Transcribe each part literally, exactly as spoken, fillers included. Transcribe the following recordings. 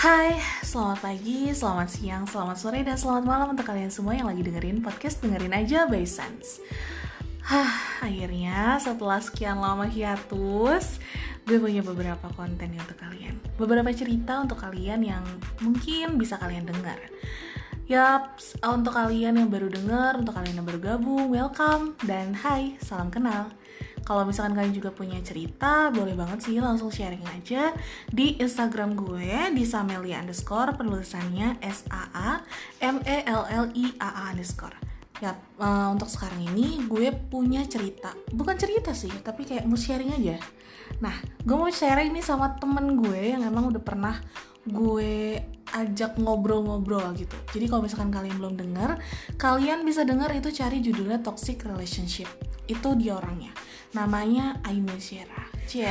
Hai, selamat pagi, selamat siang, selamat sore, dan selamat malam untuk kalian semua yang lagi dengerin podcast Dengerin Aja by Sans. Hah, akhirnya setelah sekian lama hiatus, gue punya beberapa konten untuk kalian. Beberapa cerita untuk kalian yang mungkin bisa kalian dengar. Yap, untuk kalian yang baru dengar, untuk kalian yang baru gabung, welcome, dan hai, salam kenal. Kalau misalkan kalian juga punya cerita, boleh banget sih langsung sharing aja di Instagram gue di samelia underscore, penulisannya S A A M E L L I A A underscore. Ya, uh, untuk sekarang ini gue punya cerita, bukan cerita sih, tapi kayak mau sharing aja. Nah, gue mau sharing ini sama temen gue yang emang udah pernah gue ajak ngobrol-ngobrol gitu. Jadi kalau misalkan kalian belum dengar, kalian bisa dengar itu, cari judulnya Toxic Relationship. Itu dia orangnya. Namanya Aimee Syera. Cia.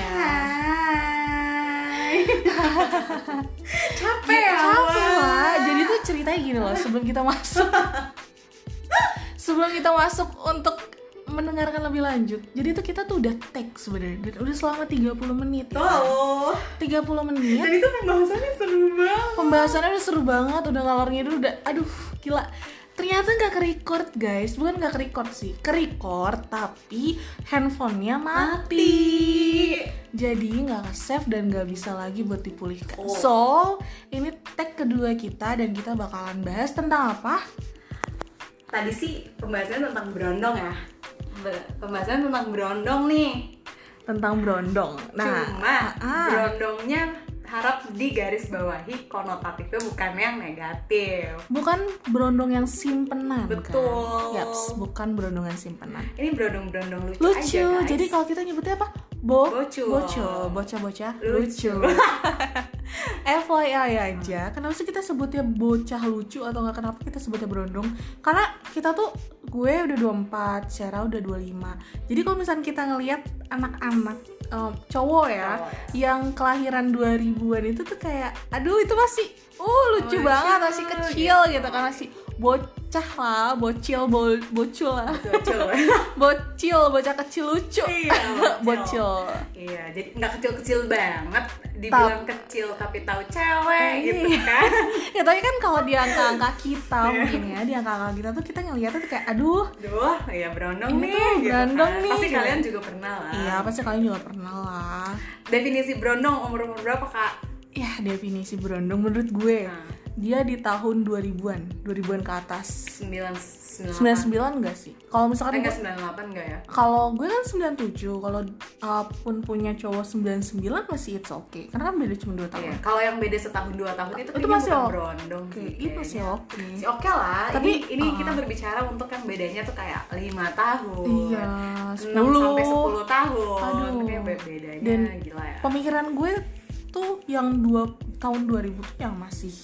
Hai. Capek ya, Capek lah. Jadi tuh ceritanya gini loh, sebelum kita masuk sebelum kita masuk untuk mendengarkan lebih lanjut. Jadi tuh kita tuh udah tag sebenarnya. Dan udah selama tiga puluh menit ya. Oh. tiga puluh menit. Dan itu pembahasannya seru banget. Pembahasannya udah seru banget, udah ngalor ngidul udah aduh, gila. Ternyata nggak ke-record guys, bukan nggak ke-record sih, ke-record tapi handphonenya mati, mati. Jadi nggak ke-save dan nggak bisa lagi buat dipulihkan. Oh. So ini tag kedua kita dan kita bakalan bahas tentang apa? Tadi sih pembahasannya tentang berondong ya, pembahasannya tentang berondong nih. Tentang berondong. Nah, cuma ah. berondongnya harap digarisbawahi konotatifnya bukan yang negatif. Bukan berondong yang simpenan. Betul. Kan? Yaps, bukan berondong yang simpenan. Ini berondong-berondong lucu, lucu aja guys. Jadi kalau kita nyebutnya apa? Bo- bocil. Bocil, bocah-bocah lucu. F Y I aja, kenapa sih kita sebutnya bocah lucu atau nggak kenapa kita sebutnya berondong? Karena kita tuh, gue udah dua puluh empat, Syera udah dua puluh lima. Jadi kalau misalnya kita ngelihat anak-anak um, cowok ya, cowok ya yang kelahiran dua ribuan itu tuh kayak, aduh itu masih uh lucu oh, banget, masih kecil gitu kan, masih bocah lah, bocil, bo, bocil lah, bocil, bocil, bocah kecil lucu, iya, bocil. bocil. Iya, jadi nggak kecil-kecil banget, dibilang Ta- kecil tapi tahu cewek eh, gitu kan. Ya tapi kan kalau di angka-angka kita mungkin ya, di angka-angka kita tuh kita ngeliatnya tuh kayak aduh, duh, ya berondong ini nih, tuh gitu berondong kan. nih. Pasti kalian juga pernah lah. Iya, pasti kalian juga pernah lah. Definisi berondong umur-umur berapa, Kak? Ya, definisi berondong menurut gue, nah, dia di tahun dua ribuan, dua ribuan ke atas. sembilan sembilan puluh sembilan enggak sih? Kalau misalkan enggak sembilan puluh delapan enggak ya? Kalau gue kan sembilan puluh tujuh, kalau uh, pun punya cowok sembilan puluh sembilan masih it's okay. Karena kan beda cuma dua tahun. Iya, kalau yang beda setahun dua tahun itu, itu masih bukan okay. berondong okay. sih. Itu masih oke. Okay. Masih oke okay lah. Tapi ini, ini uh, kita berbicara untuk yang bedanya tuh kayak lima tahun. Iya, enam sampai sepuluh tahun. Aduh. Kayak bedanya dan gila ya. Pemikiran gue tuh yang dua tahun dua ribu tuh yang masih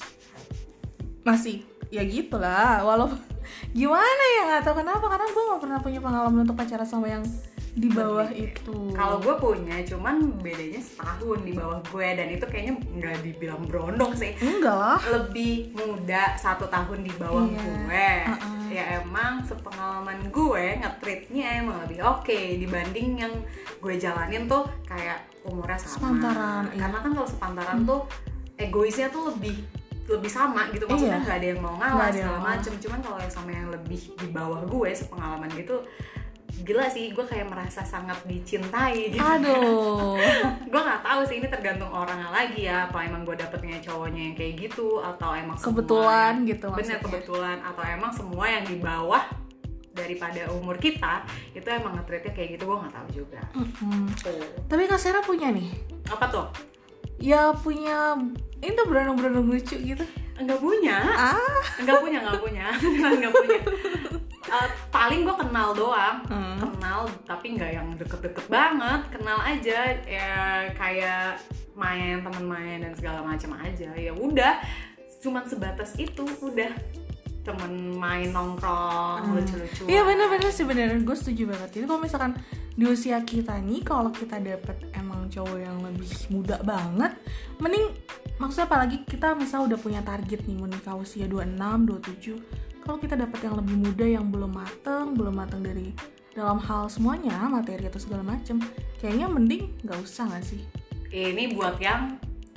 masih ya gitulah, walaupun gimana ya, nggak tahu kenapa, karena gue nggak pernah punya pengalaman untuk pacaran sama yang di bawah Lebih. itu. Kalau gue punya, cuman bedanya setahun di bawah gue, dan itu kayaknya nggak dibilang berondong sih. Enggak lah. Lebih muda satu tahun di bawah iya. gue. Uh-uh. Ya emang sepengalaman gue nge-treatnya emang lebih oke okay dibanding yang gue jalanin tuh kayak umurnya sama. Sepantaran. Karena iya. kan kalau sepantaran hmm. tuh egoisnya tuh lebih lebih sama gitu, maksudnya nggak iya. ada yang mau ngalah segala macem. Cuman kalau yang sama yang lebih di bawah gue sepengalaman gitu, gila sih, gue kayak merasa sangat dicintai gitu. Aduh. Gue nggak tahu sih, ini tergantung orangnya lagi ya, apa emang gue dapetnya cowoknya yang kayak gitu, atau emang kebetulan yang, gitu bener maksudnya. Kebetulan, atau emang semua yang di bawah daripada umur kita itu emang nge-treatnya kayak gitu, gue nggak tahu juga. Mm-hmm. Oh. Tapi Kak Syera punya nih. Apa tuh? Ya punya, ini tuh berondong-berondong lucu gitu. Enggak punya. Ah. Enggak punya, enggak punya. Enggak punya. Uh, paling gue kenal doang, hmm. kenal tapi nggak yang deket-deket banget, kenal aja ya, kayak main, temen main dan segala macam aja. Ya udah, cuman sebatas itu udah, temen main nongkrong, hmm. lucu-lucuan. Iya bener-bener sih, bener, gue setuju banget. Jadi kalau misalkan di usia kita nih, kalau kita dapet emang cowok yang lebih muda banget, mending, maksudnya apalagi kita misal udah punya target nih mau nikah usia dua puluh enam, dua puluh tujuh, kalau kita dapet yang lebih muda yang belum mateng, belum mateng dari dalam hal semuanya, materi atau segala macem, kayaknya mending nggak usah nggak sih? Ini buat yang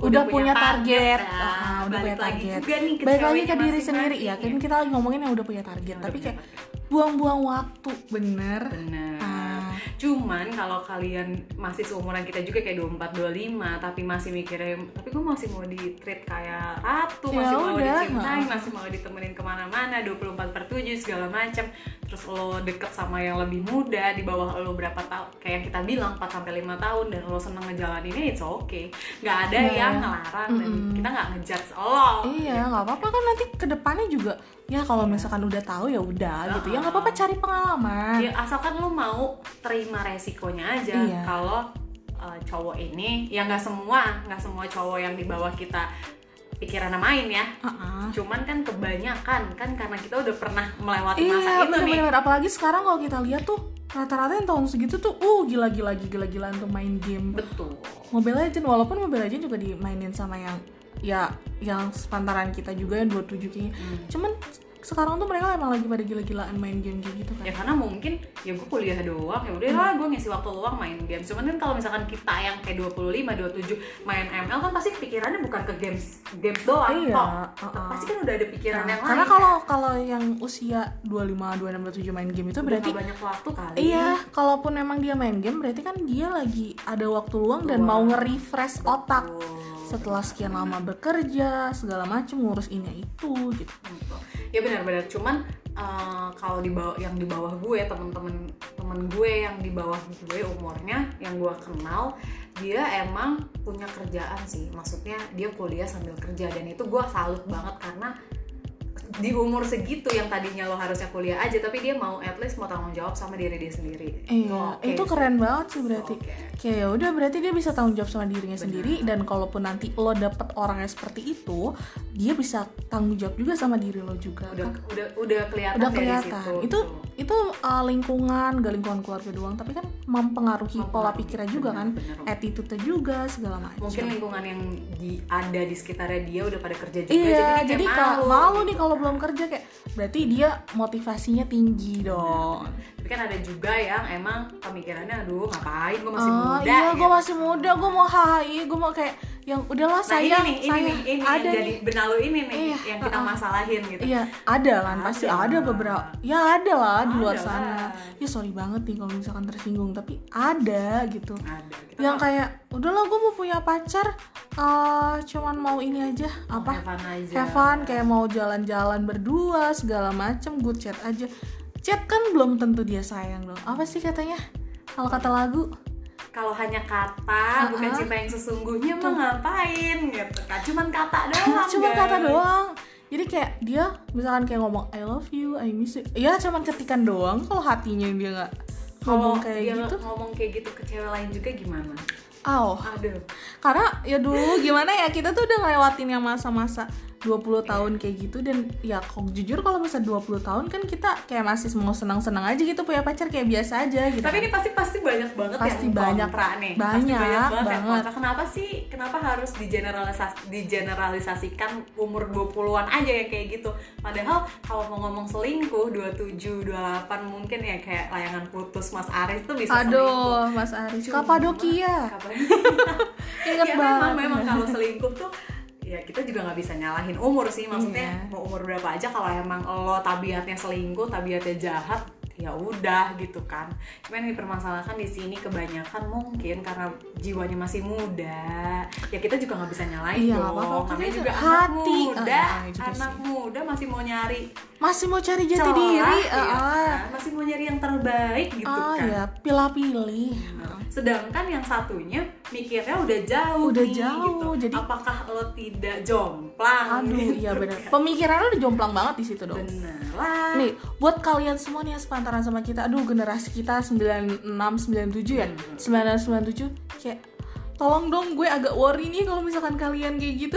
udah punya target, ya. uh, udah balik punya lagi target, juga nih ke balik lagi ke ceweknya diri masing-masing. sendiri ya. Kan kita lagi ngomongin yang udah punya target, Yang tapi udah kayak punya target. buang-buang waktu, bener. Bener. Ah. Cuman kalau kalian masih seumuran kita juga kayak dua puluh empat dua puluh lima tapi masih mikirin, tapi gue masih mau di treat kayak ratu, Ya masih mau udah. dicintai, Ha. masih mau ditemenin kemana-mana dua puluh empat per tujuh segala macam. Terus lo deket sama yang lebih muda di bawah lo berapa tahun, kayak yang kita bilang empat sampai lima tahun, dan lo seneng ngejalaninnya, it's okay. Nggak ada Nah, yang ngelarang dan mm-mm. kita nggak ngejudge lo. Iya, nggak apa-apa kan, nanti kedepannya juga ya kalau misalkan udah tahu ya udah gitu ya, nggak apa-apa, cari pengalaman. Ya asalkan lo mau terima resikonya aja. Iya. Kalau uh, cowok ini, ya nggak semua, nggak semua cowok yang di bawah kita pikirannya main ya. Uh-uh. Cuman kan kebanyakan kan karena kita udah pernah melewati masa Iya, itu nih. bener-bener. Apalagi sekarang kalau kita lihat tuh rata-rata yang tahun segitu tuh uh gila-gila gila-gilaan tuh main game. Betul. Mobile Legends, walaupun Mobile Legends juga dimainin sama yang ya yang sepantaran kita juga yang dua puluh tujuh kayaknya. Hmm. Cuman sekarang tuh mereka emang lagi pada gila-gilaan main game kayak gitu kan. Ya karena mungkin ya gue kuliah doang, ya udah lah gue ngisi waktu luang main game. Cuman kan kalau misalkan kita yang kayak dua puluh lima, dua puluh tujuh main M L kan pasti pikirannya bukan ke games games doang. Iya, Kok uh-uh. pasti kan udah ada pikiran Nah, yang karena lain. kalau kalau yang usia dua puluh lima, dua puluh enam, dua puluh tujuh main game itu Udah berarti nggak banyak waktu kali. iya, kalaupun emang dia main game berarti kan dia lagi ada waktu luang dan Luang. mau nge-refresh otak Betul. setelah sekian lama bekerja segala macem, ngurus ini itu gitu. Ya benar-benar, cuman uh, kalau di bawah, yang di bawah gue, temen-temen temen gue yang di bawah gue umurnya, yang gue kenal, dia emang punya kerjaan sih, maksudnya dia kuliah sambil kerja, dan itu gue salut banget karena di umur segitu yang tadinya lo harusnya kuliah aja, tapi dia mau at least mau tanggung jawab sama diri dia sendiri. Iya, Oke itu sih. keren banget sih berarti. Oke. Kayak ya udah berarti dia bisa tanggung jawab sama dirinya Benar. sendiri, dan kalaupun nanti lo dapet orang yang seperti itu, dia bisa tanggung jawab juga sama diri lo juga. Udah kan? udah udah kelihatan Udah dari kelihatan. situ. Itu Betul. itu uh, lingkungan, gak lingkungan keluarga doang, tapi kan mempengaruhi pola Mempengaruhi. pikirnya juga kan, Benar, benar. attitude-nya juga segala macam. Mungkin lingkungan yang di, ada di sekitarnya dia udah pada kerja juga, Iya, jadi, jadi kayak kalau malu, malu gitu nih kalau kan. belum kerja, kayak berarti dia motivasinya tinggi dong. Tapi kan ada juga yang emang pemikirannya, aduh ngapain, gue masih Oh muda. iya, gue gitu. masih muda, gue mau hai, gue mau kayak yang udahlah Nah saya, ini nih, ini saya nih, ini ada yang jadi nih. benalu ini nih, Iya, yang kita uh-uh. masalahin gitu. Iya, ada kan, pasti Ada. ada beberapa. Ya ada lah di luar Ada sana. lah. Ya sorry banget nih kalau misalkan tersinggung, tapi ada gitu. Ada. Kita Yang mah kayak udahlah gue mau punya pacar, uh, cuman mau ini aja mau apa? have fun aja. Have fun, kayak mau jalan-jalan berdua segala macem, good chat aja. Chat kan belum tentu dia sayang dong. Apa sih katanya? Kalau kata lagu? Kalau hanya kata, Uh-uh. bukan cinta yang sesungguhnya mah ngapain gitu kan? Cuman kata doang. Cuma guys. kata doang. Jadi kayak dia misalkan kayak ngomong I love you, I miss you, ya cuman ketikan doang. Kalau hatinya dia nggak Kalau ngomong kayak dia gitu, ngomong kayak gitu ke cewek lain juga gimana? oh, Aduh. karena ya dulu gimana ya, kita tuh udah ngelewatin yang masa-masa dua puluh tahun kayak gitu, dan ya kok jujur kalau misalnya dua puluh tahun kan kita kayak masih mau senang-senang aja gitu, punya pacar kayak biasa aja gitu. Tapi ini pasti pasti banyak banget Pasti yang banyak, kontra nih. Pasti banyak banget, yang banget. kontra. Kenapa sih? Kenapa harus digeneralisas digeneralisasikan umur dua puluhan aja ya kayak gitu? Padahal kalau mau ngomong selingkuh dua puluh tujuh, dua puluh delapan mungkin ya kayak layangan putus Mas Aris tuh bisa selingkuh. Aduh, Mas Aris, Cuma- Kapadokia. Ingat Ya banget. memang memang kalau selingkuh tuh ya kita juga nggak bisa nyalahin umur sih, maksudnya Iya. mau umur berapa aja, kalau emang lo tabiatnya selingkuh, tabiatnya jahat, ya udah gitu kan. Cuman yang dipermasalahkan di sini kebanyakan mungkin karena jiwanya masih muda, ya kita juga nggak bisa nyalahin Iya, nggak dong. apa-apa. Namanya Kita juga hati. anak muda, Ah, iya juga anak sih. muda masih mau nyari Masih mau cari jati celah, diri, ya ah, kan? Masih mau nyari yang terbaik gitu ah kan. ya, pilih-pilih. Sedangkan yang satunya mikirnya udah jauh Udah nih, jauh, gitu. jadi- apakah lo tidak jomplang? Aduh, gitu iya benar. kan. Pemikiran lo udah jomplang banget di situ dong. Bener lah. Nih, buat kalian semua nih yang sepantaran sama kita, aduh generasi kita sembilan enam sembilan tujuh ya, Hmm. sembilan enam sembilan tujuh, kayak tolong dong, gue agak worry nih kalau misalkan kalian kayak gitu.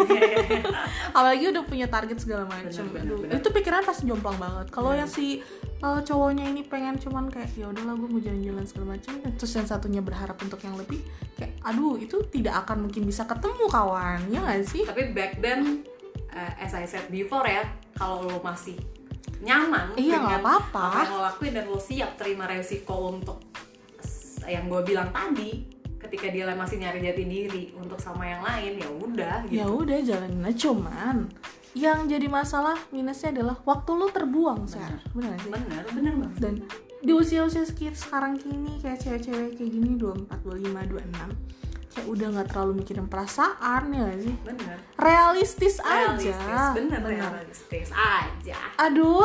Apalagi udah punya target segala macam. Bener, bener, Aduh, bener. itu pikiran pasti jomplang banget. Kalau yang si uh, cowoknya ini pengen cuman kayak ya udahlah gue mau jalan-jalan segala macam, terus yang satunya berharap untuk yang lebih, kayak aduh itu tidak akan mungkin bisa ketemu kawan, ya nggak sih? Tapi back then, uh, as I said before ya, kalau lo masih nyaman Iya, nggak dengan apa-apa. apa yang lo lakuin dan lo siap terima resiko untuk s- yang gue bilang tadi, ketika ketika dia masih nyari jati diri untuk sama yang lain, ya udah gitu. Ya udah jalanin aja. Cuman yang jadi masalah minusnya adalah waktu lu terbuang, Sar. Bener gak sih? Bener, bener banget. Dan di usia-usia sekarang kini kayak cewek-cewek kayak gini dua puluh empat, dua puluh lima, dua puluh enam kayak udah gak terlalu mikirin perasaan, ya gak sih? Bener. Realistis, Realistis aja. Bener, Bener. realistis aja. Aduh,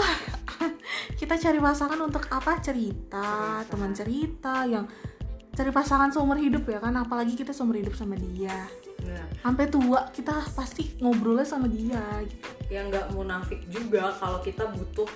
kita cari pasangan untuk apa? Cerita, Cerita. teman cerita, yang cari pasangan seumur hidup ya kan, apalagi kita seumur hidup sama dia. Bener. Sampai tua kita pasti ngobrolnya sama dia gitu. Yang nggak munafik juga kalau kita butuh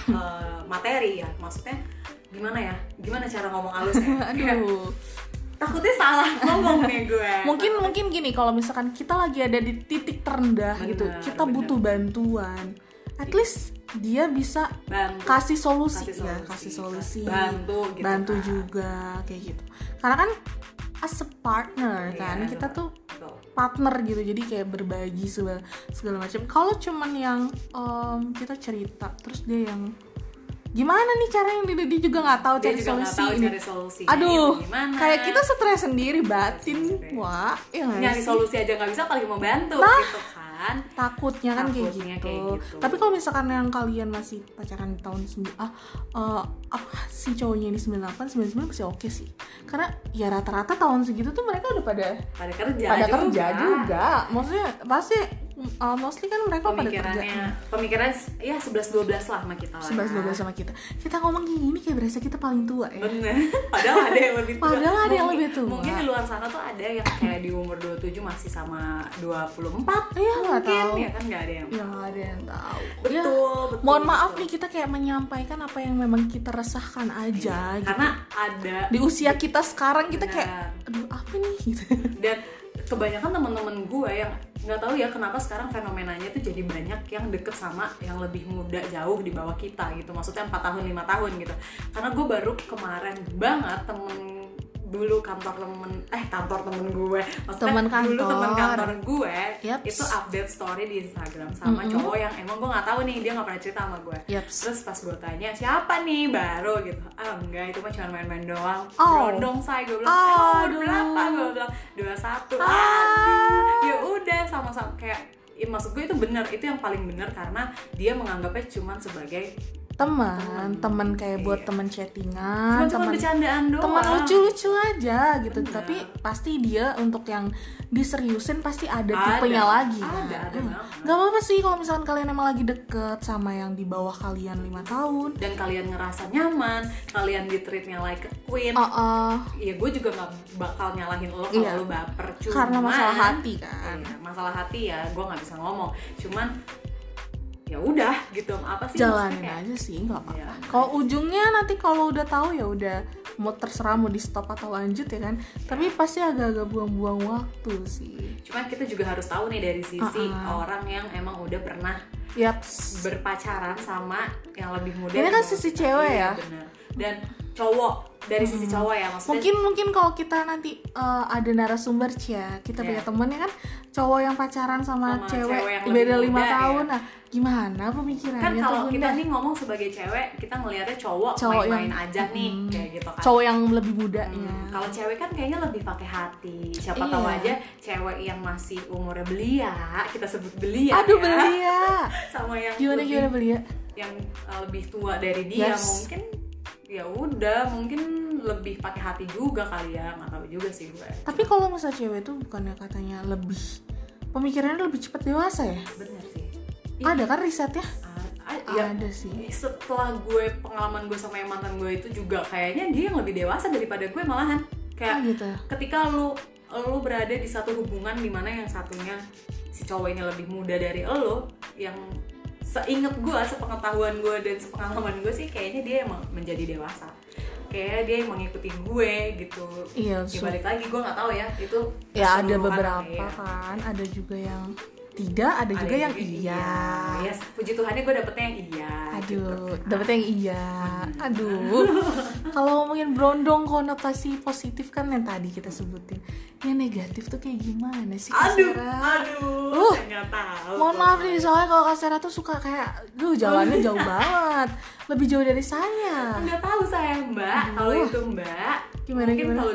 uh, materi ya, maksudnya gimana ya? Gimana cara ngomong halusnya? Aduh. Takutnya salah ngomong nih gue. Mungkin mungkin gini, kalau misalkan kita lagi ada di titik terendah Bener, gitu, kita bener. butuh bantuan. At least dia bisa Bantu. kasih solusi, Kasih ya, solusi. kasih solusi. Bantu gitu bantu kan. juga kayak gitu. Karena kan as a partner Iya, kan, kita betul. tuh Betul. partner gitu, jadi kayak berbagi segala, segala macam. Kalau cuman yang um, kita cerita terus dia yang gimana nih caranya, dia, dia juga nggak tahu Dia cari juga nggak solusi tahu ini. cari solusi. Aduh, Gimana? kayak kita stres sendiri batin, sendiri. wah, ya nggak nyari sih? solusi aja nggak bisa, apalagi mau bantu Nah. gitu kan. Takutnya kan kayak Takutnya gitu. kayak gitu. Tapi kalau misalkan yang kalian masih pacaran di tahun sembilan ah eh, apa si cowoknya ini sembilan delapan sembilan sembilan masih oke sih. Karena ya rata-rata tahun segitu tuh mereka udah pada Pada kerja pada juga. kerja juga. Maksudnya pasti uh, mostly kan mereka pada kerja. Pemikirannya, pemikiran ya sebelas dua belas lah sama kita lah. sebelas dua belas sama kita. Kita ngomong gini kayak berasa kita paling tua ya. Bener. Padahal ada yang lebih tua. Padahal ada yang Mungkin- lebih tua. Mungkin di luar sana tuh ada yang kayak di umur dua puluh tujuh masih sama dua puluh empat. Iya, nggak Mungkin tahu. ya kan nggak ada yang. Ya nggak ada yang tahu. Betul, Ya, betul. mohon maaf betul. nih, kita kayak menyampaikan apa yang memang kita resahkan aja gitu. Karena ada Di usia kita sekarang kita kayak Benar. aduh apa nih gitu. dan kebanyakan teman-teman gue yang nggak tahu ya kenapa sekarang fenomenanya tuh jadi banyak yang deket sama yang lebih muda jauh di bawah kita gitu, maksudnya empat tahun lima tahun gitu. Karena gue baru kemarin banget temen dulu kantor temen eh kantor temen gue maksudnya Temen dulu kantor. temen kantor gue Yaps. itu update story di Instagram sama Mm-mm. cowok yang emang gue nggak tahu nih, dia nggak pernah cerita sama gue. Yaps. Terus pas gue tanya siapa nih baru gitu, ah enggak itu mah cuma main-main doang. Oh. Berondong say, gue bilang Aduh. oh, berapa, gue bilang dua puluh satu. Ah. Aduh, ya udah sama-sama kayak ya, maksud gue itu benar, itu yang paling benar karena dia menganggapnya cuma sebagai Teman, teman kayak buat Iya. teman chattingan, cuma teman bercandaan doang. teman lucu-lucu aja gitu. Bener. Tapi pasti dia untuk yang diseriusin pasti ada, Ada. tipenya lagi. Ada, ada Hmm. banget. Gak apa-apa sih kalau misalkan kalian emang lagi deket sama yang di bawah kalian lima tahun. Dan kalian ngerasa nyaman, kalian di treatnya like a queen. Uh, uh, Ya gue juga nggak bakal nyalahin lo kalau Iya. lo baper. Cuman, karena masalah hati kan. Iya, masalah hati ya, gue nggak bisa ngomong. Cuman ya udah gitu, apa sih Jalanin maksudnya kayak- aja sih, nggak apa-apa. Iya. Kalau ujungnya nanti kalau udah tahu ya udah mau terserah mau di stop atau lanjut ya kan. Tapi pasti agak-agak buang-buang waktu sih. Cuman kita juga harus tahu nih dari sisi Uh-uh. orang yang emang udah pernah Yaps. berpacaran sama yang lebih muda. Ini di kan bawah sisi kita. cewek Iya, ya. bener. Dan cowok dari sisi cowok ya maksudnya. Mungkin mungkin kalau kita nanti uh, ada narasumber ya, kita Iya. punya temen ya kan cowok yang pacaran sama, Sama cewek, cewek yang beda lebih lima muda, tahun. ya. Nah, gimana pemikirannya Kan kalau tuh, kita Bunda? nih ngomong sebagai cewek, kita ngelihatnya cowok, Cowok main-main yang- aja nih Hmm. kayak gitu kan. Cowok yang lebih mudanya. Hmm, kalau cewek kan kayaknya lebih pakai hati. Siapa Iya. tahu aja cewek yang masih umurnya belia, kita sebut belia. Aduh ya. belia. Sama yang Gimana lebih, gimana belia? yang uh, lebih tua dari dia Yes. mungkin ya udah mungkin lebih pakai hati juga kali ya, nggak tahu juga sih gue. Tapi kalau misalnya cewek tuh bukannya katanya lebih pemikirannya lebih cepat dewasa ya? Bener sih. Ada kan risetnya? Ah, ah, ya, Ada sih. setelah gue pengalaman gue sama yang mantan gue itu juga kayaknya dia yang lebih dewasa daripada gue malahan. Kayak Oh gitu. ketika lu lu berada di satu hubungan di mana yang satunya si cowok ini lebih muda dari lo, yang seinget gue, sepengetahuan gue dan sepengalaman gue sih kayaknya dia emang menjadi dewasa. Kayaknya dia yang mengikuti gue gitu. Iya, Ya so- balik lagi gue nggak tahu ya itu. Ya ada keseluruhan beberapa ya. kan, ada juga yang tidak, ada, juga yang iya. Ya, puji Tuhannya gue dapetnya yang iya. gitu Aduh, kan. dapetnya yang iya. Aduh. Kalau ngomongin berondong konotasi positif kan yang tadi kita sebutin. Yang negatif tuh kayak gimana sih Kak Aduh, Sarah? aduh, Uh, saya nggak tahu. Mohon maaf nih, soalnya kalau Kak Sarah tuh suka kayak, duh jalannya jauh banget, lebih jauh dari saya. Nggak tahu saya Mbak, Aduh. kalau itu Mbak, Gimana, mungkin gimana? kalau di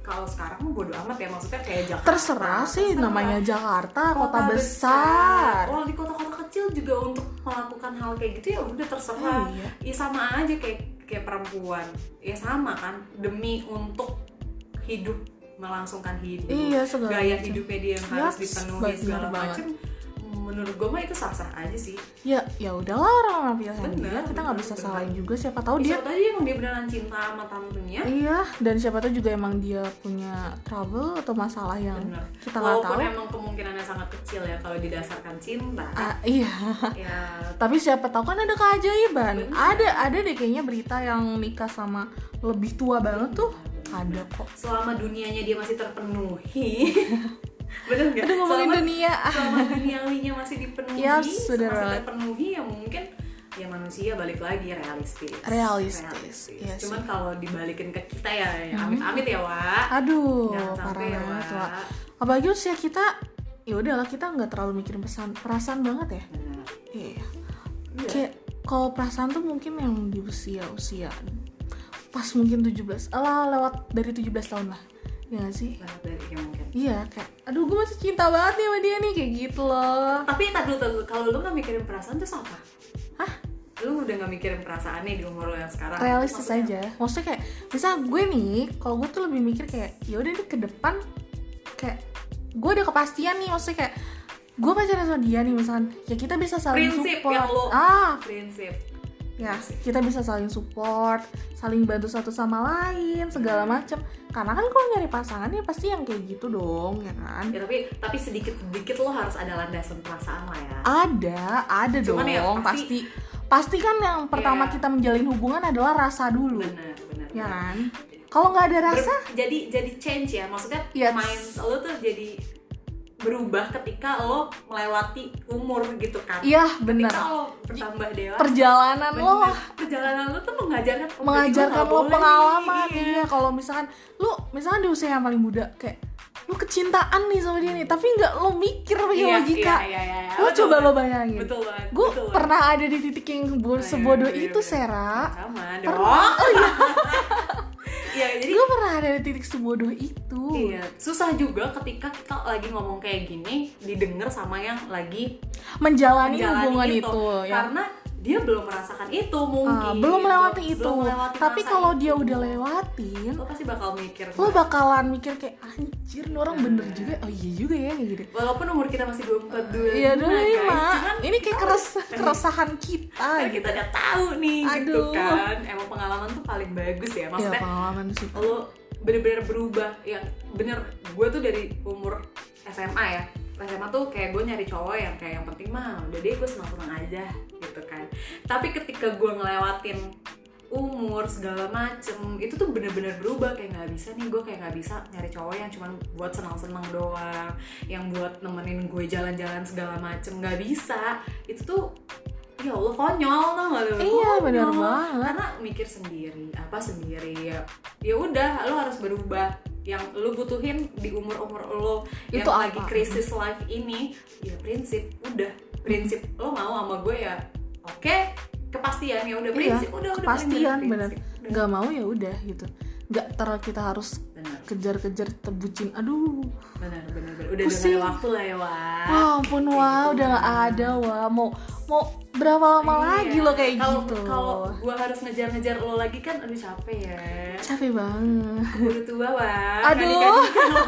kalau sekarang mah bodo amat ya, maksudnya kayak Jakarta. Terserah sih, terserah. namanya Jakarta, kota, kota besar. Oh, di kota-kota kecil juga untuk melakukan hal kayak gitu ya udah terserah. Oh, iya. Ya sama aja kayak kayak perempuan. Ya sama kan, demi untuk hidup, melangsungkan hidup. Iya, segala gaya macam. hidupnya dia yang harus Yaps, dipenuhi bener segala banget. macam. Menurut gue mah itu sah-sah aja sih. Ya, ya udahlah, orang pilihan Bener, dia, kita nggak bener, bisa bener. salahin juga. Siapa tahu dia, Siapa tahu aja emang dia beneran cinta sama tantenya. iya, dan siapa tahu juga emang dia punya trouble atau masalah yang Bener. kita nggak Walaupun tahu. emang kemungkinannya sangat kecil ya kalau didasarkan cinta. Ah, iya. Ya, Tapi siapa tahu kan ada keajaiban. Bener. Ada, ada deh kayaknya berita yang nikah sama lebih tua banget tuh. Ada kok. selama dunianya dia masih terpenuhi. Bener nggak? Aduh, ngomongin Selama- dunia. Selama duniawinya masih dipenuhi, Yaps, masih bener banget. terpenuhi ya mungkin ya manusia balik lagi realistis. Realistis, iya Cuman sih. kalau dibalikin ke kita ya, ya amit-amit ya, Wak. Aduh, Jangan parah sampai ya, banget, Wak. Wak. Apalagi usia kita, ya udahlah, kita nggak terlalu mikirin pesan, perasaan banget ya. Bener. Iya. Iya. Kayak kalau perasaan tuh mungkin yang di usia-usia pas mungkin tujuh belas, alah lewat dari tujuh belas tahun lah. Ya gak sih? Banget dari ya mungkin. Iya, kayak aduh gue masih cinta banget nih sama dia nih, kayak gitu loh. Tapi tak dulu, tak dulu. Kalau lu nggak mikirin perasaan terus apa? Hah? Lu udah nggak mikirin perasaan nih di umur lu yang sekarang? Realistis Maksudnya, aja. Maksudnya kayak misal gue nih, kalau gue tuh lebih mikir kayak ya udah nih ke depan kayak gue ada kepastian nih, maksudnya kayak gue pacaran sama dia nih misalkan, ya kita bisa saling prinsip support. yang lu Ah, prinsip. ya kita bisa saling support, saling bantu satu sama lain segala macam. Karena kan kalau nyari pasangan ya pasti yang kayak gitu dong, ya kan? Ya tapi tapi sedikit sedikit lo harus ada landasan perasaan lah ya. Ada, ada Cuman dong, ya pasti, pasti pasti kan yang pertama Iya. kita menjalin hubungan adalah rasa dulu, Benar, benar. ya benar. kan? Kalau nggak ada rasa, Ber- jadi jadi change ya, maksudnya Yes. mind lo tuh jadi berubah ketika lo melewati umur gitu kan. iya Ketika benar. lo bertambah dewasa, Perjalanan bener, lo perjalanan lo tuh mengajarkan oh, mengajarkan berarti gua nggak lo boleh pengalaman, nih. iya. Kalau misalkan lo, misalkan di usia yang paling muda, kayak lo kecintaan nih sama dia nih, tapi nggak lo mikir pakai Iya, logika. iya, iya, iya. Lo Betul, coba betul. lo bayangin. Betul banget. Gue betul banget. pernah ada di titik yang bo- Oh, iya, sebodoh iya, itu, iya. Sera. Sama Pernah. dong. Oh iya. Iya, jadi Gue pernah ada di titik sebodoh itu. iya, susah juga ketika kita lagi ngomong kayak gini didengar sama yang lagi Menjalani, menjalani hubungan itu, itu, ya. karena dia belum merasakan itu Ah, mungkin. belum melewati Belum- itu. belum melewati Tapi masa kalau itu. dia udah lewatin, lo pasti bakal mikir. lo bakalan mikir kayak anjir, ini orang bener juga. Oh iya juga ya, kayak gitu. Walaupun umur kita masih dua puluh empat dua Iya dulu lima. cuman Ini kayak kita- keres kan- keresahan kita. kan gitu. kita udah tahu nih gitu Aduh. kan. Emang pengalaman tuh paling bagus ya. Iya, Maksudnya pengalaman sih. lo bener-bener berubah. Yang bener, gue tuh dari umur S M A ya, S M A tuh kayak gue nyari cowok yang kayak yang penting mah udah deh gue senang-senang aja gitu kan. Tapi ketika gue ngelewatin umur segala macem, itu tuh bener-bener berubah. Kayak nggak bisa nih, gue kayak nggak bisa nyari cowok yang cuman buat senang-senang doang, yang buat nemenin gue jalan-jalan segala macem. Nggak bisa. Itu tuh ya Allah konyol, tau gak lu? Iya, Konyol. bener banget. Karena mikir sendiri, apa sendiri ya. Ya udah, lo harus berubah. Yang lo butuhin di umur-umur lo yang Itu lagi apa? krisis life ini, ya prinsip. Udah, prinsip lo mau sama gue ya. Oke, kepastian ya udah prinsip, Iya, udah udah kepastian paling bener. prinsip. Udah. Nggak mau ya udah gitu. Nggak terlalu kita harus Bener, kejar-kejar tebucin. Aduh. bener, bener, bener. Udah udah Pusing. gak ada waktu lah ya, Wak. Wah ampun, Kayak wah gitu. udah nggak ada, wah mau mau berapa lama Iya. lagi lo kayak Kalau- gitu. Kalau gue harus ngejar-ngejar lo lagi kan, aduh capek ya. Capek banget. Gue udah tua, Wak. Aduh. Adik-adik.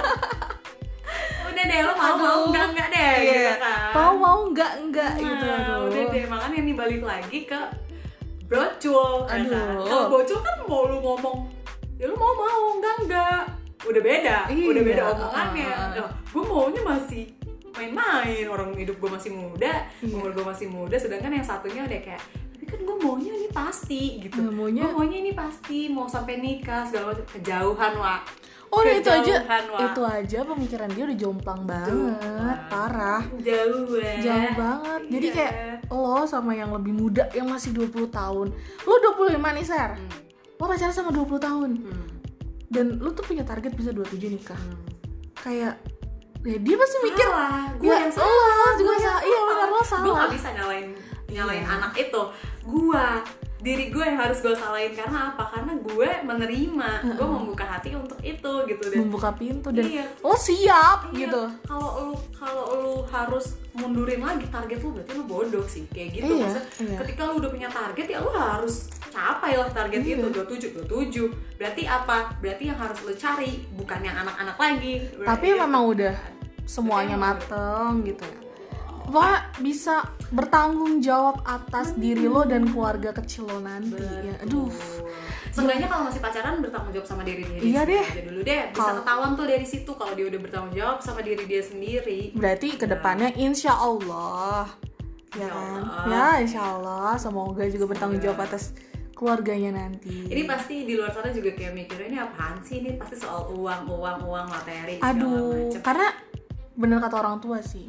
Udah deh, lo mau Aduh. mau enggak enggak deh, Iya. gitu kan. Mau mau nggak nggak Nah, gitu. Aduh. udah deh, makanya nih balik lagi ke brocul. Ya Aduh. kan? Kalau brocul kan mau lu ngomong, ya lu mau mau enggak enggak. Udah beda, Iya, udah beda omongannya. uh, uh. Nah, gue maunya masih main-main, orang hidup gue masih muda, Iya. umur gue masih muda, sedangkan yang satunya udah kayak, tapi kan gue maunya ini pasti gitu. Nah, maunya- Gue maunya ini pasti, mau sampai nikah segala macam. Kejauhan, Wak. Oh udah itu aja, Kejauhan, Wak. itu aja pemikiran dia udah jomplang banget, Wak. parah. Jauh banget. Jauh banget. Jadi Iya. kayak lo sama yang lebih muda yang masih dua puluh tahun. Lo dua puluh lima nih, Ser. Hmm. Lo pacaran sama dua puluh tahun. Hmm. Dan lo tuh punya target bisa dua puluh tujuh nikah. Hmm. Kayak ya dia pasti mikir salah, gue ya, yang lo salah, juga gue yang salah. Iya benar, lo gue salah. gak bisa nyalain nyalain Iya. anak itu. Gue diri gue yang harus gue salahin. Karena apa? Karena gue menerima, uh-uh. gue membuka hati untuk itu gitu, dan membuka pintu dan iya. lo siap iya. gitu. Kalau lu kalau lu harus mundurin lagi target lu, berarti lu bodoh sih kayak gitu. Iya, Maksudnya iya. ketika lu udah punya target ya lu harus capai lah target iya. itu. dua puluh tujuh dua puluh tujuh berarti apa? Berarti yang harus lu cari bukan yang anak-anak lagi. Tapi gitu. memang udah semuanya mateng gitu ya. Wah, bisa bertanggung jawab atas Betul. diri lo dan keluarga kecil lo nanti. Ya, aduh. Seenggaknya kalau masih pacaran bertanggung jawab sama diri dia iya deh. aja dulu deh. Bisa kalo... ketahuan tuh dari situ kalau dia udah bertanggung jawab sama diri dia sendiri. Berarti kedepannya insya Allah, ya kan? Ya insya Allah, semoga juga bertanggung jawab atas keluarganya nanti. Ini pasti di luar sana juga kayak mikirnya ini apaan sih, ini pasti soal uang, uang, uang, materi. Aduh, karena bener kata orang tua sih.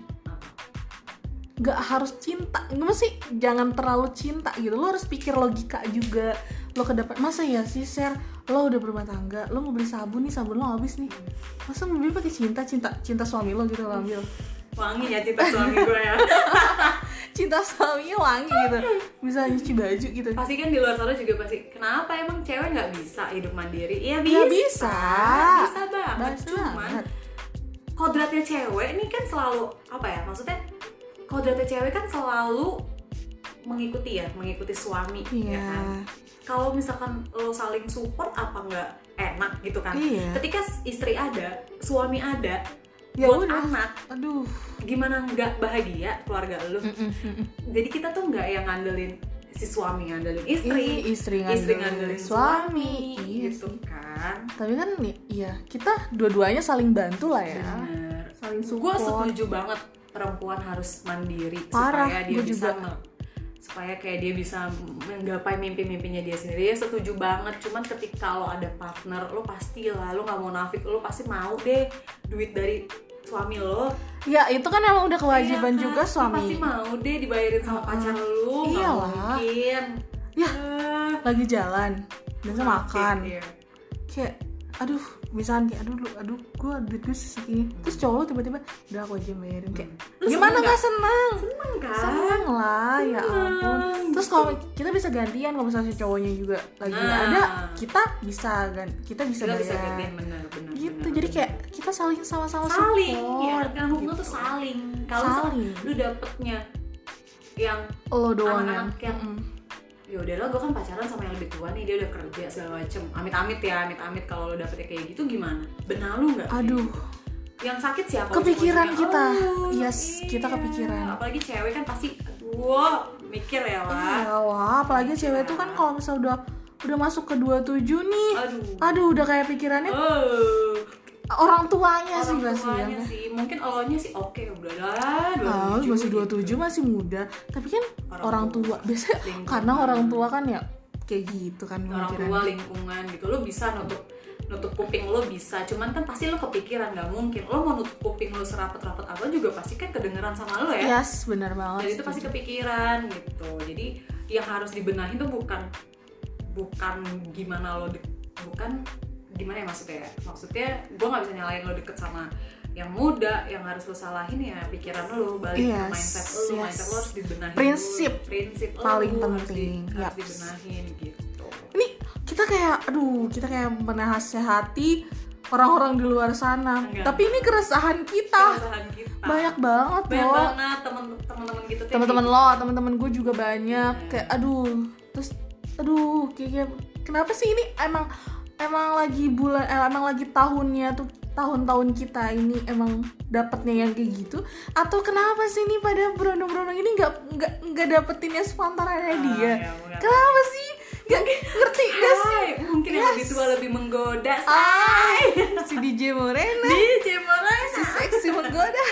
Gak harus cinta, gak sih, jangan terlalu cinta gitu. Lo harus pikir logika juga. Lo ke depan, masa ya sih share, lo udah berumah tangga, lo mau beli sabun nih, sabun lo habis nih, masa mau beli pakai cinta, cinta, cinta suami lo gitu lo ambil. Wangi ya cinta suami gue ya. Cinta suaminya wangi gitu, bisa nyuci baju gitu. Pasti kan di luar sana juga pasti, kenapa emang cewek nggak bisa hidup mandiri? Iya bisa, ya, bisa, bisa banget. Bisa Cuman banget. Kodratnya cewek nih kan selalu apa ya? Maksudnya kodratnya cewek kan selalu mengikuti ya, mengikuti suami, iya. ya kan? Kalau misalkan lo saling support apa nggak enak gitu kan? Iya. Ketika istri ada, suami ada, ya buat udah. anak, aduh, gimana nggak bahagia keluarga lo? Mm, mm, mm. Jadi kita tuh nggak yang ngandelin si suami ngandelin istri, Ih, istri ngandelin, istri ngandelin suami, iya gitu sih. kan? Tapi kan ya kita dua-duanya saling bantu lah ya. Bener. Saling Gue support. setuju banget perempuan harus mandiri. Parah, supaya dia gua bisa juga. me- supaya kayak dia bisa menggapai mimpi-mimpinya dia sendiri. Ya setuju banget. Cuman ketika lo ada partner, lo pasti lah, lo nggak mau nafik, lo pasti mau deh duit dari suami lo. Ya itu kan emang udah kewajiban Iya kan? juga Lo suami. pasti mau deh dibayarin sama Uh-uh. pacar lo. Nggak Iyalah. mungkin. Ya Uh, lagi jalan, biasa makan. iya. Kayak aduh, misalnya kayak aduh lu, aduh gue duit gue segini. Terus cowok lu tiba-tiba udah aku aja bayarin kayak Lu gimana seneng nggak senang? Seneng kan? Seneng lah, ya Seneng. ampun. Terus kalau kita bisa gantian, kalau misalnya si cowoknya juga lagi nggak Nah. ada, kita bisa gan, kita bisa Kita bayar. bisa gantian, bener, bener, Gitu, bener, jadi bener. kayak kita saling sama-sama saling, support. ya kan hubungan tuh saling. Kalau misalkan Saling. lu dapetnya yang Lo doang yang, anak-anak yang Mm-mm. ya udah lo, gue kan pacaran sama yang lebih tua nih, dia udah kerja segala macem, amit-amit ya, amit-amit kalau lo dapetnya kayak gitu gimana? Benar lu nggak? Aduh, yang sakit siapa? kepikiran ujung-ujungnya? kita. Oh, Yes, iya. kita kepikiran. Apalagi cewek kan pasti, aduh, mikir ya lah. Iya, wah, apalagi cewek tuh kan kalau misalnya udah udah masuk ke dua puluh tujuh nih. Aduh. Aduh, udah kayak pikirannya Oh. orang tuanya sih Orang pasti tuanya ya. sih, mungkin elonya sih oke, udah lah dua puluh Ah, tujuh masih dua puluh tujuh gitu. masih muda. Tapi kan Orang orang, tua. tua, biasanya Lingkungan. karena orang tua kan ya kayak gitu kan orang pemikirannya. tua, lingkungan gitu, lo bisa nutup nutup kuping lo bisa, cuman kan pasti lo kepikiran, nggak mungkin lo mau nutup kuping lo serapet-rapet apa juga pasti kan kedengeran sama lo ya. Yes, benar banget. Jadi itu pasti kepikiran gitu. Jadi yang harus dibenahin tuh bukan bukan gimana lo de- bukan gimana ya maksudnya ya. Maksudnya gue nggak bisa nyalain lo deket sama yang muda, yang harus lo salahin ya pikiran lo, balik Yes, ke mindset lo, yes. mindset lo harus dibenahin. Prinsip dulu. Prinsip lo paling harus penting. di, harus Yaps. dibenahin gitu. Ini kita kayak aduh, kita kayak menasehati orang-orang di luar sana. Enggak. Tapi ini keresahan kita. Keresahan kita. Banyak banget banyak loh. banget teman-teman kita tuh Teman-teman yang lo, teman-teman gue juga banyak. Kayak aduh, terus aduh, kayak, kayak kenapa sih ini emang emang lagi bulan eh, emang lagi tahunnya tuh, tahun-tahun kita ini emang dapetnya yang kayak gitu, atau kenapa sih ini pada berondong-berondong ini nggak nggak nggak dapetinnya spontannya Ah, dia? ya, bukan. Kenapa sih? Nggak ngerti gak sih? Hai, mungkin yang Yes. lebih tua lebih menggoda. Ah, si D J Morena, Di Cemorana. si seksi menggoda.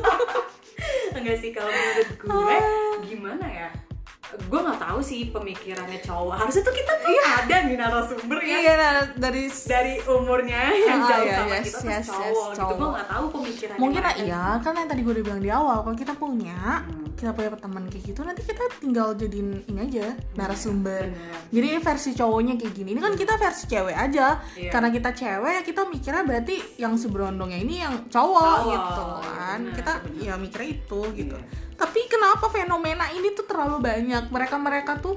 Enggak sih, kalau menurut gue Ah. gimana ya? Gue nggak tahu sih pemikirannya cowok. Harusnya tuh kita tuh ada nih narasumber ya. Iya, nah, dari Dari umurnya yang Ah, jauh iya, sama yes, kita tuh yes, yes, cowok gitu. cowok. Gue nggak tahu pemikirannya. mungkin mereka iya gimana. kan yang tadi gue udah bilang di awal, kalau kita punya Hmm. kita punya teman kayak gitu, nanti kita tinggal jadiin ini aja narasumber. Bener. Jadi ini versi cowoknya kayak gini, ini kan kita versi cewek aja. Iya. Karena kita cewek, kita mikirnya berarti yang si berondongnya ini yang cowok, Cowok, gitu kan. bener, Kita bener. ya mikirnya itu gitu. Iya. Tapi kenapa fenomena ini tuh terlalu banyak? Mereka-mereka tuh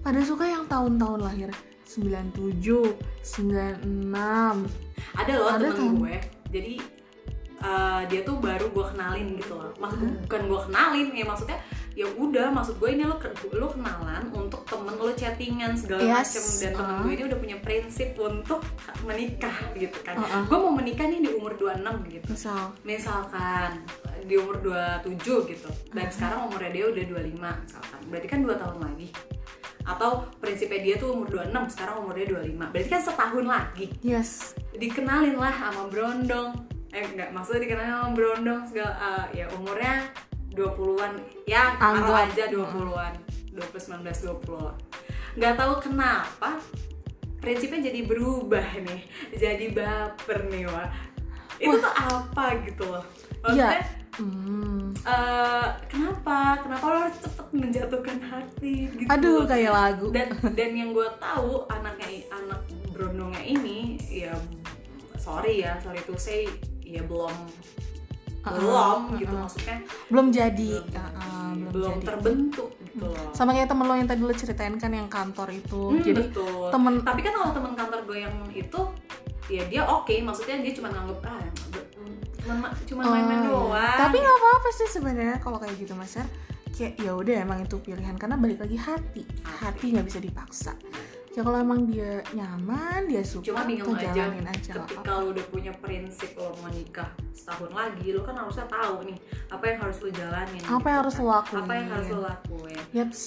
pada suka yang tahun-tahun lahir sembilan tujuh, sembilan enam. Ada loh Ada temen kan? gue, jadi uh, dia tuh baru gue kenalin gitu loh. Maksud Hmm? bukan gue kenalin ya, maksudnya ya udah, maksud gue ini lo lo kenalan untuk temen lo, chattingan segala Yes. macem, dan temen Uh. gue ini udah punya prinsip untuk menikah gitu kan. Uh-uh. Gue mau menikah nih di umur dua puluh enam gitu. Misal. Misalkan di umur dua puluh tujuh gitu, dan Uh-huh. sekarang umurnya dia udah dua puluh lima misalkan, berarti kan dua tahun lagi. Atau prinsipnya dia tuh umur dua puluh enam, sekarang umurnya dua puluh lima, berarti kan setahun lagi. Yes. Dikenalin lah sama Brondong, eh enggak, maksudnya dikenalin sama Brondong segala, uh, ya umurnya dua puluhan, ya taruh Anggap. aja dua puluhan, dua puluh, sembilan belas, dua puluh lah. Nggak tahu kenapa prinsipnya jadi berubah nih, jadi baper nih, Wak. Itu tuh apa gitu loh, maksudnya Iya. Hmm. uh, kenapa kenapa lo harus cepet menjatuhkan hati gitu. Aduh, kayak lagu. dan dan yang gue tahu anaknya anak Brondongnya ini ya, sorry ya sorry to say, ya belum Uh-uh, belum uh-uh. gitu, maksudnya Belum jadi. belum, Uh-uh, belum belum jadi. terbentuk gitu loh. Sama kayak temen lo yang tadi lo ceritain kan, yang kantor itu. Hmm, Jadi betul. temen. Tapi kan kalau teman kantor gue yang itu, ya dia oke, maksudnya dia cuma nganggep ah cuma cuma main-main Oh, doang. iya. Tapi nggak apa-apa sih sebenarnya kalau kayak gitu, Mas Her. Kayak ya udah, emang itu pilihan, karena balik lagi hati. Hati nggak bisa dipaksa. Ya kalau emang dia nyaman, dia suka, Cuma bingung aja, jalanin aja. nggak ketika apa-apa. lo udah punya prinsip lo mau nikah setahun lagi, lo kan harusnya tahu nih apa yang harus lo jalanin, Apa yang harus lo lakuin. apa yang harus lo lakuin. Yaps.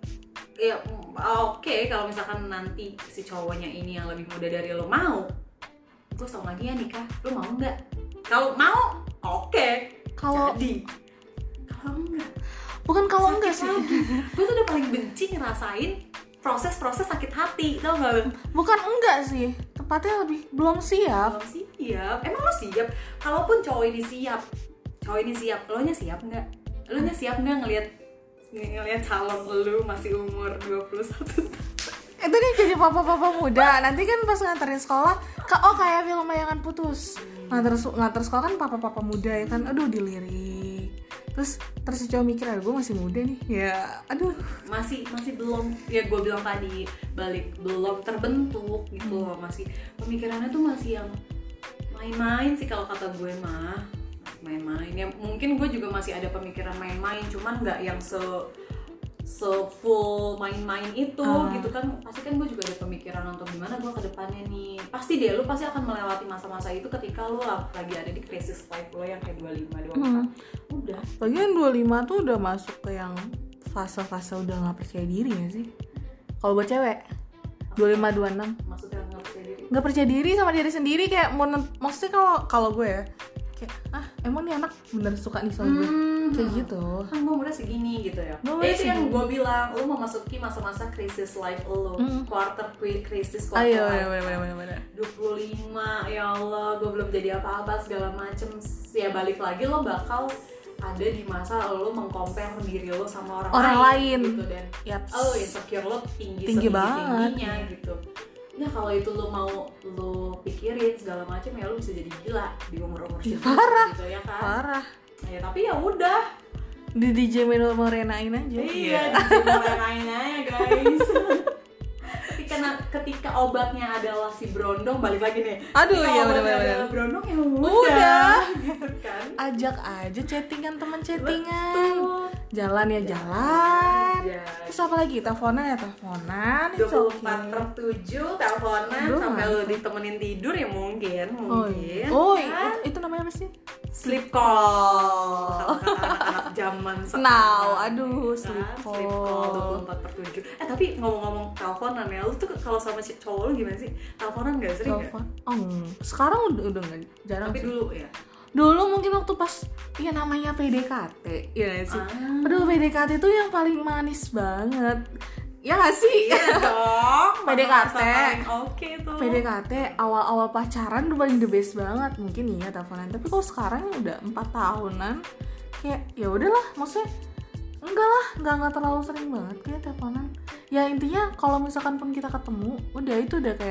Ya mm, oke, kalau misalkan nanti si cowoknya ini yang lebih muda dari lo mau, gue setahun lagi ya nikah, lo mau nggak? Kalau mau, oke, Kalau jadi. Kalau enggak, bukan kalau sakit enggak sih. lagi. Gue tuh udah paling benci ngerasain proses-proses sakit hati, tau gak lo? Bukan enggak sih. Tepatnya lebih belum siap. Belum siap. Emang lo siap? Kalaupun cowok ini siap, cowok ini siap, lo nya siap nggak? Lo nya siap nggak ngelihat ngelihat calon lo masih umur dua puluh satu tahun? Itu nih jadi papa-papa muda. Nanti kan pas nganterin sekolah, Kak, oh kayak film Layangan Putus. Nganter nganter sekolah kan papa-papa muda ya kan. Aduh, dilirik. Terus terus si cowok mikir, ah, gue masih muda nih. Ya, aduh. masih masih belum, ya gue bilang tadi balik, belum terbentuk gitu loh, masih pemikirannya tuh masih yang main-main sih kalau kata gue mah, main-main. Ya mungkin gue juga masih ada pemikiran main-main, cuman nggak yang se se full main-main itu Ah. gitu kan. Pasti kan gue juga ada pemikiran untuk gimana gue ke depannya nih. Pasti deh, lu pasti akan melewati masa-masa itu ketika lu lagi ada di krisis life lo yang kayak dua puluh lima, dua puluh empat. Hmm. Udah. Lagian dua puluh lima tuh udah masuk ke yang fase-fase udah gak percaya diri ya sih. Kalau buat cewek dua puluh lima, dua puluh enam Maksudnya nggak percaya diri. gak percaya diri sama diri sendiri. Kayak mau, maksudnya kalau kalau gue ya, kayak ah emang nih anak bener suka nih sama gue. Hmm. Kayak gitu. Kan gue umurnya segini gitu ya. Gua Ya, umurnya itu yang segini. gue bilang, lo memasuki masa-masa krisis life lo, Mm. quarter quick krisis quarter Ayo, life. bener bener bener. dua puluh lima, ya Allah, gue belum jadi apa-apa segala macem. Ya balik lagi lo bakal ada di masa lo mengcompare diri lo sama orang, Orang lain. gitu, dan Yaps. oh insecure lo tinggi, Tinggi setinggi banget. tingginya gitu. Nah kalau itu lo mau lo pikirin segala macem, ya lo bisa jadi gila di umur-umur Ih, segitu parah. gitu ya kan. Parah. Ya tapi ya udah. Di D J mau renain aja. Iya, dijemur-main aja guys. ketika na- ketika obatnya adalah si Brondong, balik lagi nih. Aduh, Ketika iya, obatnya bener-bener. adalah Brondong, ya udah, Udah. gitu kan. Ajak aja chattingan, teman chattingan. Betul. Jalan ya jalan. Iya. Terus apa lagi? Teleponan ya teleponan. dua It's puluh okay. empat per tujuh teleponan Aduh, sampai lu mantap. ditemenin tidur ya mungkin, Oh, mungkin. iya. Oh, kan? itu, itu namanya apa sih? Sleep call. Kata anak-anak zaman sekarang. Now, aduh, Kan, sleep call. Sleep call dua puluh empat per tujuh. Eh tapi ngomong-ngomong teleponan ya, lu tuh kalau sama si cowok lu gimana sih? Teleponan gak sering gak? Telepon. Oh, sekarang udah udah nggak jarang Tapi sih. dulu ya. Dulu mungkin waktu pas ya namanya P D K T, ya nggak sih. Ah. Aduh, P D K T itu yang paling manis banget. Ya nggak sih? Iya dong. P D K T. masa-masa paling Oke tuh. P D K T awal-awal pacaran tuh paling the best banget. Mungkin iya teleponan, tapi kalau sekarang udah empat tahunan kayak ya udahlah, maksudnya enggak lah, enggak enggak terlalu sering banget kayak teleponan. Ya intinya kalau misalkan pun kita ketemu, udah itu udah kayak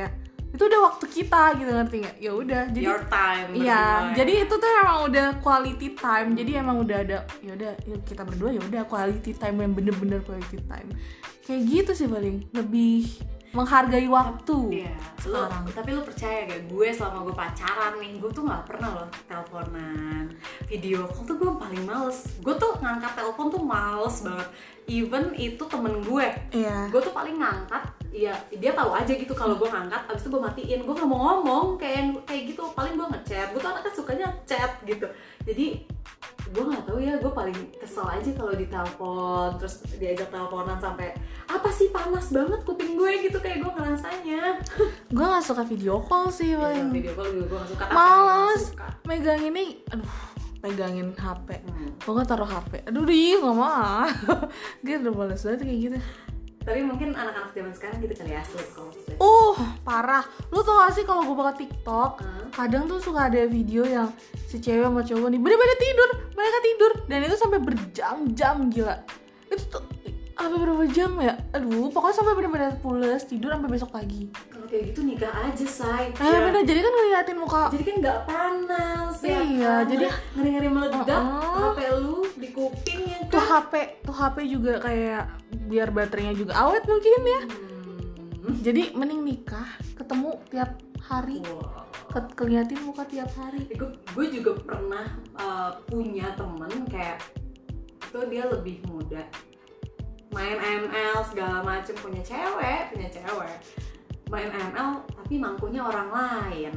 itu udah waktu kita gitu, ngerti nggak? Ya udah, jadi your time. iya, berdua, jadi ya. itu tuh emang udah quality time. Jadi emang udah ada, ya udah kita berdua ya udah quality time yang bener-bener quality time. Kayak gitu sih paling, lebih menghargai waktu. Iya, sekarang. Lu, tapi lu percaya gak, gue selama gue pacaran nih, gue tuh nggak pernah loh teleponan, video call tuh gue paling males. Gue tuh ngangkat telepon tuh males banget. Even itu temen gue, Iya. gue tuh paling ngangkat, ya dia tahu aja gitu kalau gue ngangkat, abis itu gue matiin, gue nggak mau ngomong kayak kayak gitu. Paling gue ngechat, gue tuh anaknya sukanya chat gitu. Jadi gue nggak tahu ya, gue paling kesel aja kalau ditelepon terus diajak teleponan sampai apa sih panas banget kuping gue gitu, kayak gue ngerasanya. Gue nggak suka video call sih paling. Ya, video call juga gue nggak suka. Males suka. megang ini, aduh, megangin H P. Hmm. Gue nggak taruh H P. Aduh dih, nggak mau. Gue udah males banget kayak gitu. Tapi mungkin anak-anak zaman sekarang gitu kali ya, sleep call. Sleep. Uh, parah. Lu tau gak sih kalau gue buka TikTok, Hmm. kadang tuh suka ada video yang si cewek sama cowok nih bener-bener tidur, mereka tidur, dan itu sampai berjam-jam, gila. Itu tuh sampai berapa jam ya? Aduh, pokoknya sampai bener-bener pules tidur sampai besok pagi. Kalau kayak gitu nikah aja, say. Eh ya. Bener, jadi kan ngeliatin muka. Jadi kan nggak panas ya. Iya, kan? jadi ngeri-ngeri meledak uh-uh. H P lu di kuping ya kan. Tuh H P, tuh H P juga kayak biar baterainya juga awet mungkin ya. Hmm. Jadi mending nikah, ketemu tiap hari, Wow. ke- keliatin muka tiap hari. Gue, gue juga pernah uh, punya temen kayak itu, dia lebih muda, main M L segala macem, punya cewek, punya cewek, main M L tapi mangkunya orang lain.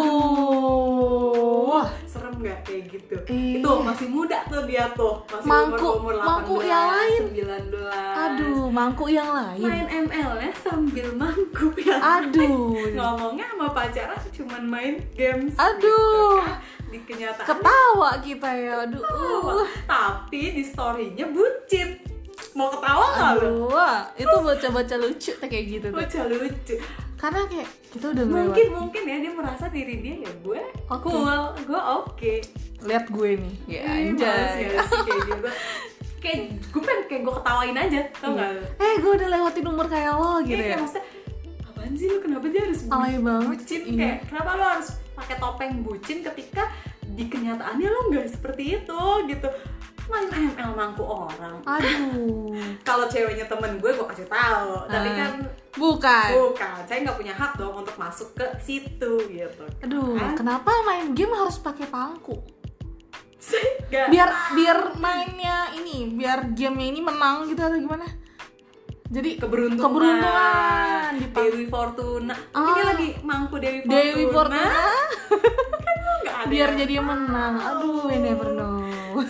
Aduh, serem gak kayak gitu? Iya. Itu masih muda tuh dia tuh, masih Mangku- umur umur mangku delapan belas, yang lain. sembilan belas. Aduh, mangku yang lain. Main M L-nya sambil mangku ya. Aduh, Ngomongnya sama pacaran cuman main games. Aduh. Gitu kan. Di kenyataan ketawa kita ya. Aduh, ketawa. Tapi di story-nya bucin. Mau ketawa nggak lu? aduh, itu baca-baca lucu tuh kayak gitu tuh. Lucu lucu. Karena kayak kita udah Mungkin melewati. mungkin ya dia merasa diri dia ya gue Oke. cool, gue oke. Lihat gue nih, ya Ih, males anjay. gak sih kayak gitu. Kayak gue pengen kayak gue ketawain aja, tau nggak? lu? Eh, gue udah lewatin umur kayak lo gitu Iya, ya. maksudnya apaan sih lu, kenapa dia harus bu- Alay banget. bucin? Iya. Kayak kenapa lu harus pakai topeng bucin ketika di kenyataannya lu nggak seperti itu gitu. Main M L mangku orang. Aduh, Kalau ceweknya temen gue, gue kasih tahu. Tapi Ah. kan bukan. bukan, saya nggak punya hak dong untuk masuk ke situ gitu. Aduh, Kan? kenapa main game harus pakai pangku? Saya nggak Biar tahu. biar mainnya ini, biar gamenya ini menang gitu atau gimana? Jadi keberuntungan, keberuntungan di pang- Dewi Fortuna. Mungkin Ah. dia lagi mangku Dewi Fortuna. Dewi Fortuna. Nggak ada Biar yang jadi yang menang. Aduh, we never know.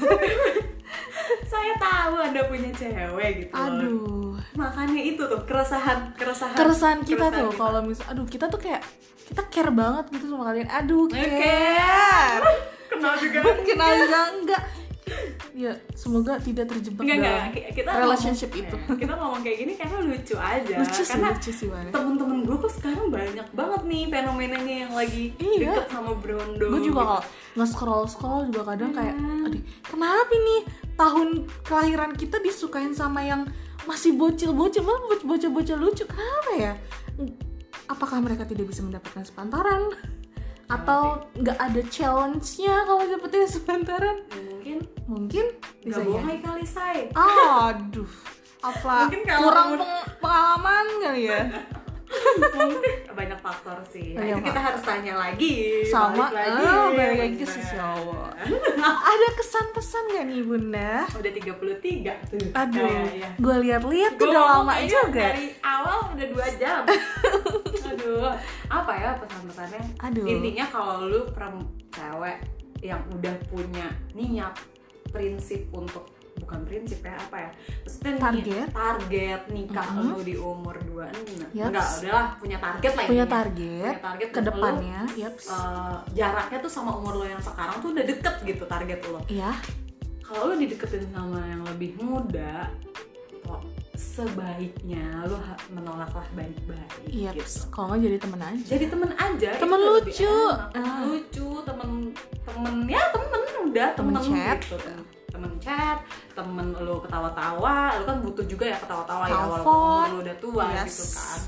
Saya tahu Anda punya cewek gitu loh. Aduh, Makanya itu tuh keresahan keresahan keresahan kita keresahan tuh kalau misal, aduh kita tuh kayak kita care banget gitu sama kalian. Aduh, Oke. care. Kenal juga. Kenal juga enggak? Ya, semoga tidak terjebak Enggak enggak dalam Ki- kita relationship ngomong, itu. eh, kita ngomong kayak gini karena lucu aja. Lucu sih, karena lucu sih banget. temen-temen gue kok sekarang banyak banget nih fenomenanya yang lagi Iya. deket sama Brondo. Gue juga gitu. kalau nge-scroll scroll juga kadang kayak, Hmm. aduh, kenapa nih tahun kelahiran kita disukain sama yang masih bocil-bocil, malah bocil-bocil lucu, kenapa ya? Apakah mereka tidak bisa mendapatkan sepantaran? Atau nggak ada challenge-nya kalau dapetin sepantaran? Mungkin Mungkin bisa nggak ya. bohong kali say. Aduh, apa Mungkin kalau kurang umur- peng- pengalaman kali ya? Mungkin banyak faktor sih. Nah, Banyak itu kita harus tanya lagi. Sama, balik lagi. oh, balik lagi ke Bener. si cowok. Ada kesan-pesan gak nih bunda? Udah tiga puluh tiga tuh. Aduh, Iya, iya. gue lihat-lihat tuh Gua udah ngomong lama kayaknya juga. Dari awal udah dua jam. Aduh, apa ya pesan-pesannya? Aduh. Intinya kalau lu perem cewek yang udah punya niat, prinsip untuk, bukan prinsip ya, apa ya? Maksudnya niat- Target. target nikah Mm-hmm. lu di umur dua puluh enam. Yaps. Enggak, udahlah punya target lah Punya intinya. target, Punya target ke dan lu, depannya, yaps. uh, jaraknya tuh sama umur lo yang sekarang tuh udah deket gitu target lo. Iya, Kalau lo dideketin sama yang lebih muda, kok sebaiknya lo ha- menolaklah baik-baik yaps. gitu. Kalau nggak jadi temen aja. Jadi temen aja, Temen itu lebih lucu. enak. Temen Ah. lucu, temen temen ya temen udah Temen temen, chat. gitu. Temen chat, temen lo ketawa-tawa, lo kan butuh juga ya ketawa-tawa ya walaupun Telepon. umur lo udah tua Yes. gitu kan. Ya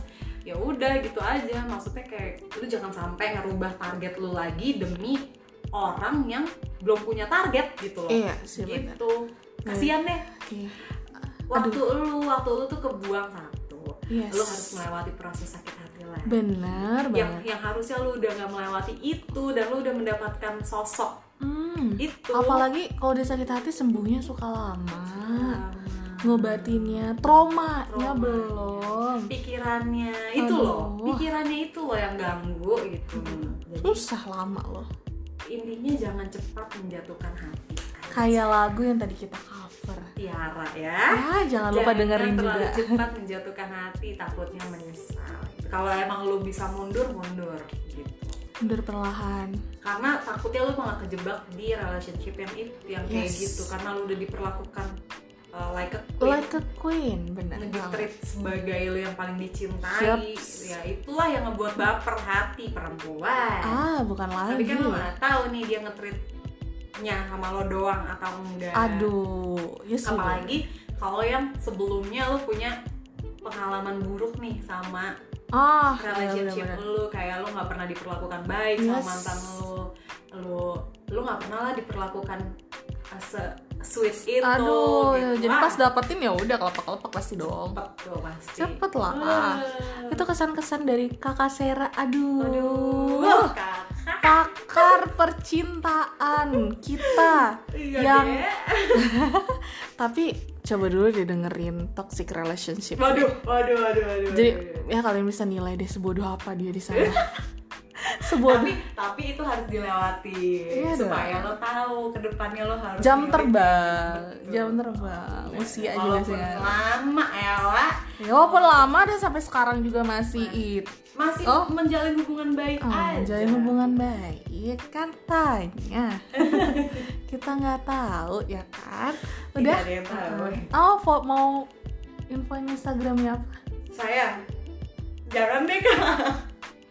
ya udah gitu aja. Maksudnya kayak lu jangan sampai ngerubah target lu lagi demi orang yang belum punya target gitu loh. Iya sih, gitu. Kasian deh. Okay. Waktu lu, waktu lu tuh kebuang satu. Yes. Lu harus melewati proses sakit hati lah. Benar banget. Yang yang harusnya lu udah gak melewati itu dan lu udah mendapatkan sosok hmm. itu. Apalagi kalau udah sakit hati sembuhnya suka lama. Lama. Ngobatinnya, traumanya Trauma. belum. Pikirannya itu Aduh. loh. Pikirannya itu loh yang ganggu gitu. Jadi, susah lama loh. intinya jangan cepat menjatuhkan hati. Kayak lagu yang tadi kita cover. Tiara ya. Ya, jangan lupa dengerin terlalu juga. cepat menjatuhkan hati, takutnya menyesal. Kalau emang lu bisa mundur, mundur gitu. Mundur perlahan. Karena takutnya lu malah kejebak di relationship yang itu, yang kayak Yes. gitu. Karena lu udah diperlakukan uh, like a queen. Like a queen, benar Nge-treat sebagai lu yang paling dicintai. Siap. Ya itulah yang ngebuat baper hati perempuan. Ah, bukan lagi. Tapi kan lu gak tahu nih dia nge-treatnya sama lo doang atau enggak. Aduh, ya sih. Apalagi kalau yang sebelumnya lu punya pengalaman buruk nih sama ah, relationship bener-bener. lu, kayak lu nggak pernah diperlakukan baik Yes. sama mantan lu, lu lu nggak pernah lah diperlakukan uh, se sweet itu. Aduh, gitu. jadi Wah, pas dapetin ya udah kelepak-kelepak pasti dong. cepet tuh pasti. Cepet lah. Uh. Itu kesan-kesan dari Kakak Sera. Aduh. Aduh, kakak. Pakar percintaan kita Iya yang deh. tapi coba dulu deh dengerin toxic relationship. Waduh, waduh, waduh, waduh. Jadi waduh. ya kalian bisa nilai deh sebodoh apa dia di sana. Sebodoh. tapi tapi itu harus dilewati Iya supaya dong. lo tahu kedepannya lo harus Jam milih. terbang, Betul. jam terbang, usia juga Walaupun sih. lama ya Wak, Ya walaupun lama dan sampai sekarang juga masih it. masih Oh. menjalin hubungan baik Oh, aja. jalin hubungan baik katanya. Kita nggak tahu ya kan. Tidak Udah. ada yang tahu. Oh, fo- mau info Instagramnya apa? Sayang, jangan deh Kak.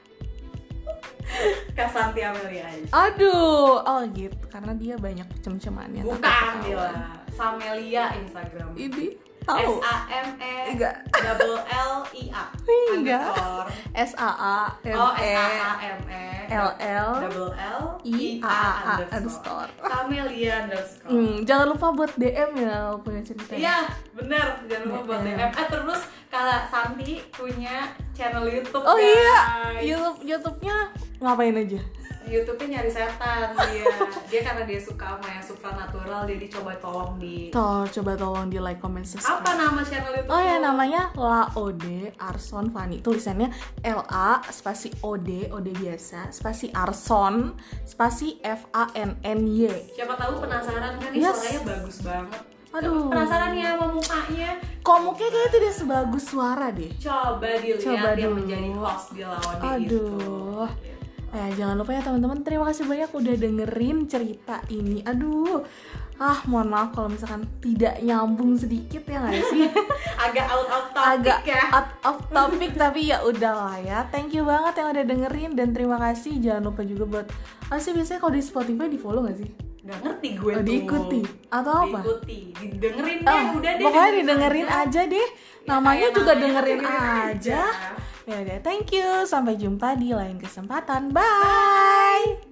Kak Santi Amelia aja. Aduh, oh gitu. Karena dia banyak cem-cemannya. Bukan takut Dila, ketahuan. Samelia Instagram. Ini S tahu. A M E Enggak. double L I A. Enggak. Underscore. S A A M Oh, S E A A M E L L double L I A A underscore. underscore. Samelia underscore. Hmm, jangan lupa buat D M ya kalau punya cerita. Iya, bener. Jangan lupa buat D D M. M. Eh, terus Kak Santi punya channel YouTube. Oh guys. iya, YouTube YouTube-nya ngapain aja? YouTube-nya nyari setan dia. Dia karena dia suka sama yang supernatural, jadi coba tolong di. Tol, coba tolong di like, comment, subscribe. Apa nama channel YouTube? Oh ya, namanya Laode Arson Fani. Tulisannya L A spasi O D, O D biasa, spasi Arson, spasi F A N N Y. Siapa tahu penasaran kan, ini Yes. suaranya bagus banget. Aduh. Penasaran ya sama mukanya? Kok mukanya kayaknya tidak sebagus suara deh. Coba dilihat Coba dia dulu. menjadi host di lawannya Aduh. itu. Eh, jangan lupa ya teman-teman, terima kasih banyak udah dengerin cerita ini. Aduh, ah mohon maaf kalau misalkan tidak nyambung sedikit ya nggak sih? Agak out of topic Agak ya. out of topic tapi ya udahlah ya. Thank you banget yang udah dengerin dan terima kasih. Jangan lupa juga buat, ah sih biasanya kalau di Spotify di follow nggak sih? Gak ngerti gue Oh, tuh. diikuti atau apa? Diikuti, didengerin Oh, deh, udah deh. pokoknya didengerin aja, deh. Ya, Namanya kayak juga namanya dengerin dengerin aja. aja. Ya udah, thank you. Sampai jumpa di lain kesempatan. Bye.